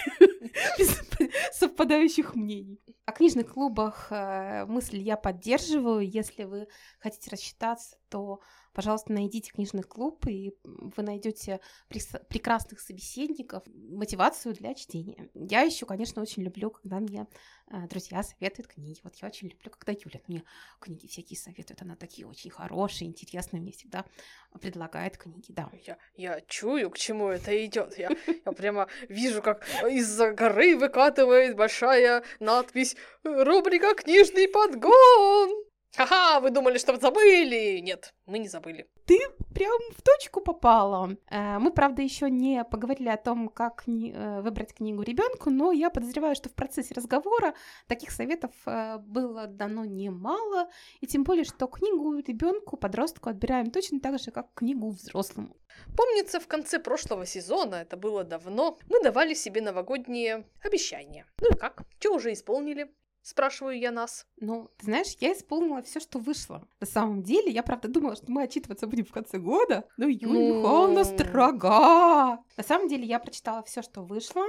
без совпадающих мнений. О книжных клубах мысль я поддерживаю. Если вы хотите рассчитаться, то, пожалуйста, найдите книжный клуб, и вы найдете прекрасных собеседников, мотивацию для чтения. Я еще, конечно, очень люблю, когда мне друзья советуют книги. Вот я очень люблю, когда Юля мне книги всякие советует. Она такие очень хорошие, интересные, мне всегда предлагает книги, да. Я, я чую, к чему это идет. Я, я прямо вижу, как из-за горы выкатывает большая надпись «Рубрика «Книжный подгон». Ха-ха, вы думали, что забыли? Нет, мы не забыли. Ты прям в точку попала. Мы, правда, еще не поговорили о том, как выбрать книгу ребенку, но я подозреваю, что в процессе разговора таких советов было дано немало, и тем более, что книгу ребенку, подростку отбираем точно так же, как книгу взрослому. Помнится, в конце прошлого сезона, это было давно, мы давали себе новогодние обещания. Ну и как? Что уже исполнили? Спрашиваю я нас. Ну, ты знаешь, я исполнила все, что вышло. На самом деле, я правда думала, что мы отчитываться будем в конце года. Но Юлия Михайловна строга. На самом деле, я прочитала все, что вышло.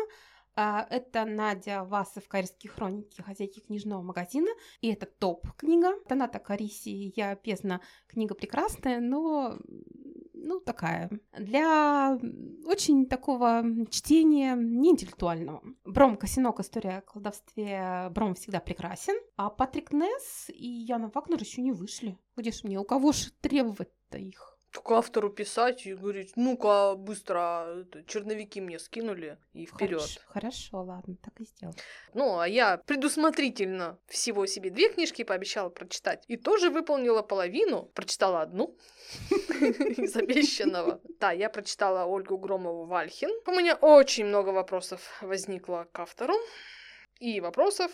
Это Надя Васов «Карельские хроники. Хозяйки книжного магазина». И это топ-книга. Таната Кариси «Я бездна». Книга прекрасная, но... ну, такая, для очень такого чтения неинтеллектуального. Бром Косинок «История о колдовстве». Бром всегда прекрасен. А Патрик Несс и Яна Вагнер еще не вышли. Где ж мне, у кого же требовать-то их? Только автору писать и говорить, ну-ка, быстро, черновики мне скинули и вперед. Хорошо, хорошо, ладно, так и сделал. Ну, а я предусмотрительно всего себе две книжки пообещала прочитать. И тоже выполнила половину. Прочитала одну из обещанного. Да, я прочитала Ольгу Громову «Вальхин». У меня очень много вопросов возникло к автору. И вопросов,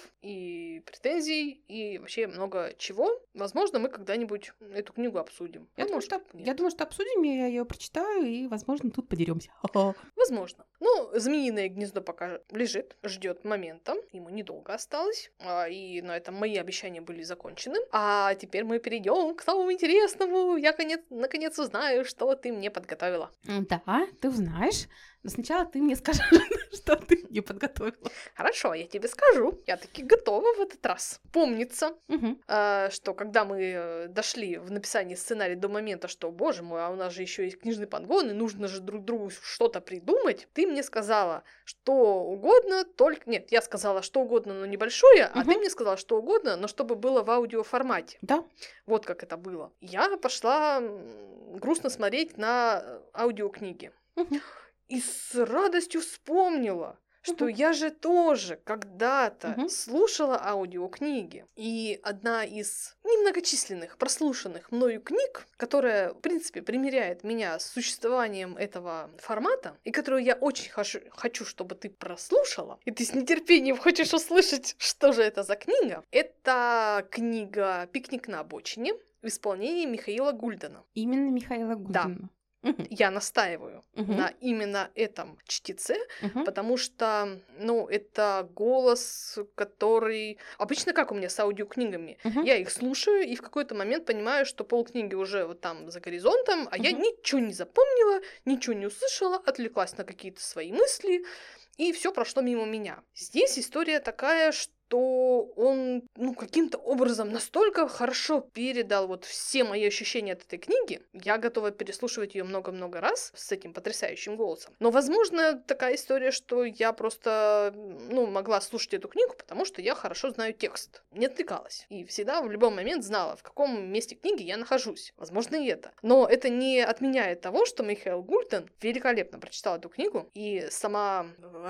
и претензий, и вообще много чего. Возможно, мы когда-нибудь эту книгу обсудим. Я, а думаю, может, что, я думаю, что обсудим, я ее прочитаю, и, возможно, тут подеремся. Возможно. Ну, «Змеиное гнездо» пока лежит, ждет момента. Ему недолго осталось. И на этом мои обещания были закончены. А теперь мы перейдем к самому интересному. Я, конец, наконец, узнаю, что ты мне подготовила. Да, ты узнаешь. Но сначала ты мне скажешь, что ты мне подготовила. Хорошо, я тебе скажу. Я таки готова в этот раз. Помнится, угу. э, что когда мы дошли в написании сценария до момента, что, боже мой, а у нас же еще есть книжный подгон, и нужно же друг другу что-то придумать, ты мне сказала что угодно, только... Нет, я сказала что угодно, но небольшое, угу. а ты мне сказала что угодно, но чтобы было в аудиоформате. Да. Вот как это было. Я пошла грустно смотреть на аудиокниги. Угу. И с радостью вспомнила, что uh-huh. я же тоже когда-то uh-huh. слушала аудиокниги. И одна из немногочисленных прослушанных мною книг, которая, в принципе, примиряет меня с существованием этого формата, и которую я очень хочу, хочу, чтобы ты прослушала, и ты с нетерпением хочешь услышать, что же это за книга, это книга «Пикник на обочине» в исполнении Михаила Гульдена. Именно Михаила Гульдена. Да. Uh-huh. Я настаиваю uh-huh. на именно этом чтеце, uh-huh. потому что, ну, это голос, который... Обычно как у меня с аудиокнигами? Uh-huh. Я их слушаю, и в какой-то момент понимаю, что полкниги уже вот там за горизонтом, а uh-huh. я ничего не запомнила, ничего не услышала, отвлеклась на какие-то свои мысли, и все прошло мимо меня. Здесь история такая, что то он, ну, каким-то образом настолько хорошо передал вот все мои ощущения от этой книги. Я готова переслушивать ее много-много раз с этим потрясающим голосом. Но, возможно, такая история, что я просто, ну, могла слушать эту книгу, потому что я хорошо знаю текст. Не отвлекалась. И всегда в любой момент знала, в каком месте книги я нахожусь. Возможно, и это. Но это не отменяет того, что Михаил Гульден великолепно прочитал эту книгу, и сама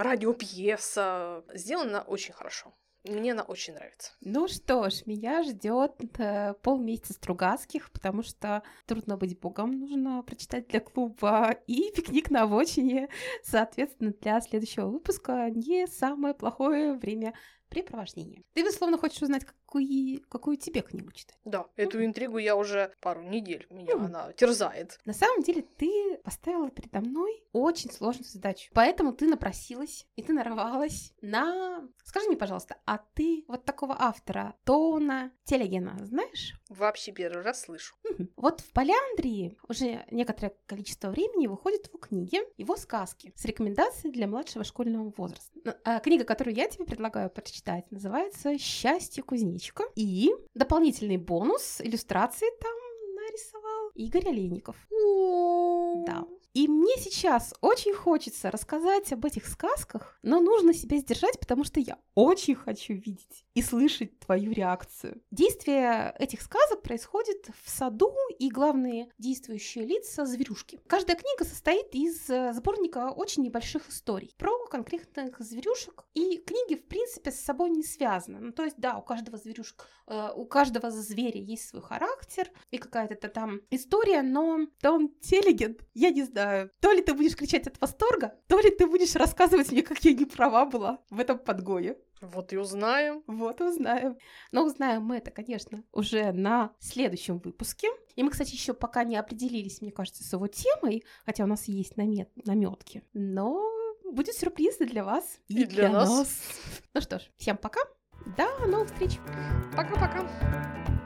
радиопьеса сделана очень хорошо. Мне она очень нравится. Ну что ж, меня ждет э, полмесяца Стругацких, потому что «Трудно быть богом» нужно прочитать для клуба, и «Пикник на обочине», соответственно, для следующего выпуска не самое плохое времяпрепровождение. Ты, безусловно, хочешь узнать, какую, какую тебе книгу читать? Да, mm-hmm. эту интригу я уже пару недель, меня mm-hmm. она терзает. На самом деле, ты поставила передо мной очень сложную задачу, поэтому ты напросилась, и ты нарвалась на... Скажи мне, пожалуйста, а ты вот такого автора, Тоуна Телегена, знаешь? Вообще первый раз слышу. Mm-hmm. Вот в Поляндрии уже некоторое количество времени выходят его книги, его сказки с рекомендацией для младшего школьного возраста. А книга, которую я тебе предлагаю прочитать, называется «Счастье кузнечика». И дополнительный бонус, иллюстрации там нарисовал Игорь Олейников. О-о-о. Да. И мне сейчас очень хочется рассказать об этих сказках, но нужно себя сдержать, потому что я очень хочу видеть и слышать твою реакцию. Действие этих сказок происходит в саду, и главные действующие лица — зверюшки. Каждая книга состоит из сборника очень небольших историй про конкретных зверюшек, и книги, в принципе, с собой не связаны. Ну, то есть, да, у каждого зверюшек, э, у каждого зверя есть свой характер и какая-то там история, но Том Телегин, я не знаю, то ли ты будешь кричать от восторга, то ли ты будешь рассказывать мне, как я не права была в этом подгое. Вот и узнаем. Вот и узнаем. Но узнаем мы это, конечно, уже на следующем выпуске. И мы, кстати, еще пока не определились, мне кажется, с его темой, хотя у нас есть намет, наметки. Но будет сюрприз и для вас, и, и для, для нас. нас. Ну что ж, всем пока. До новых встреч. Пока-пока.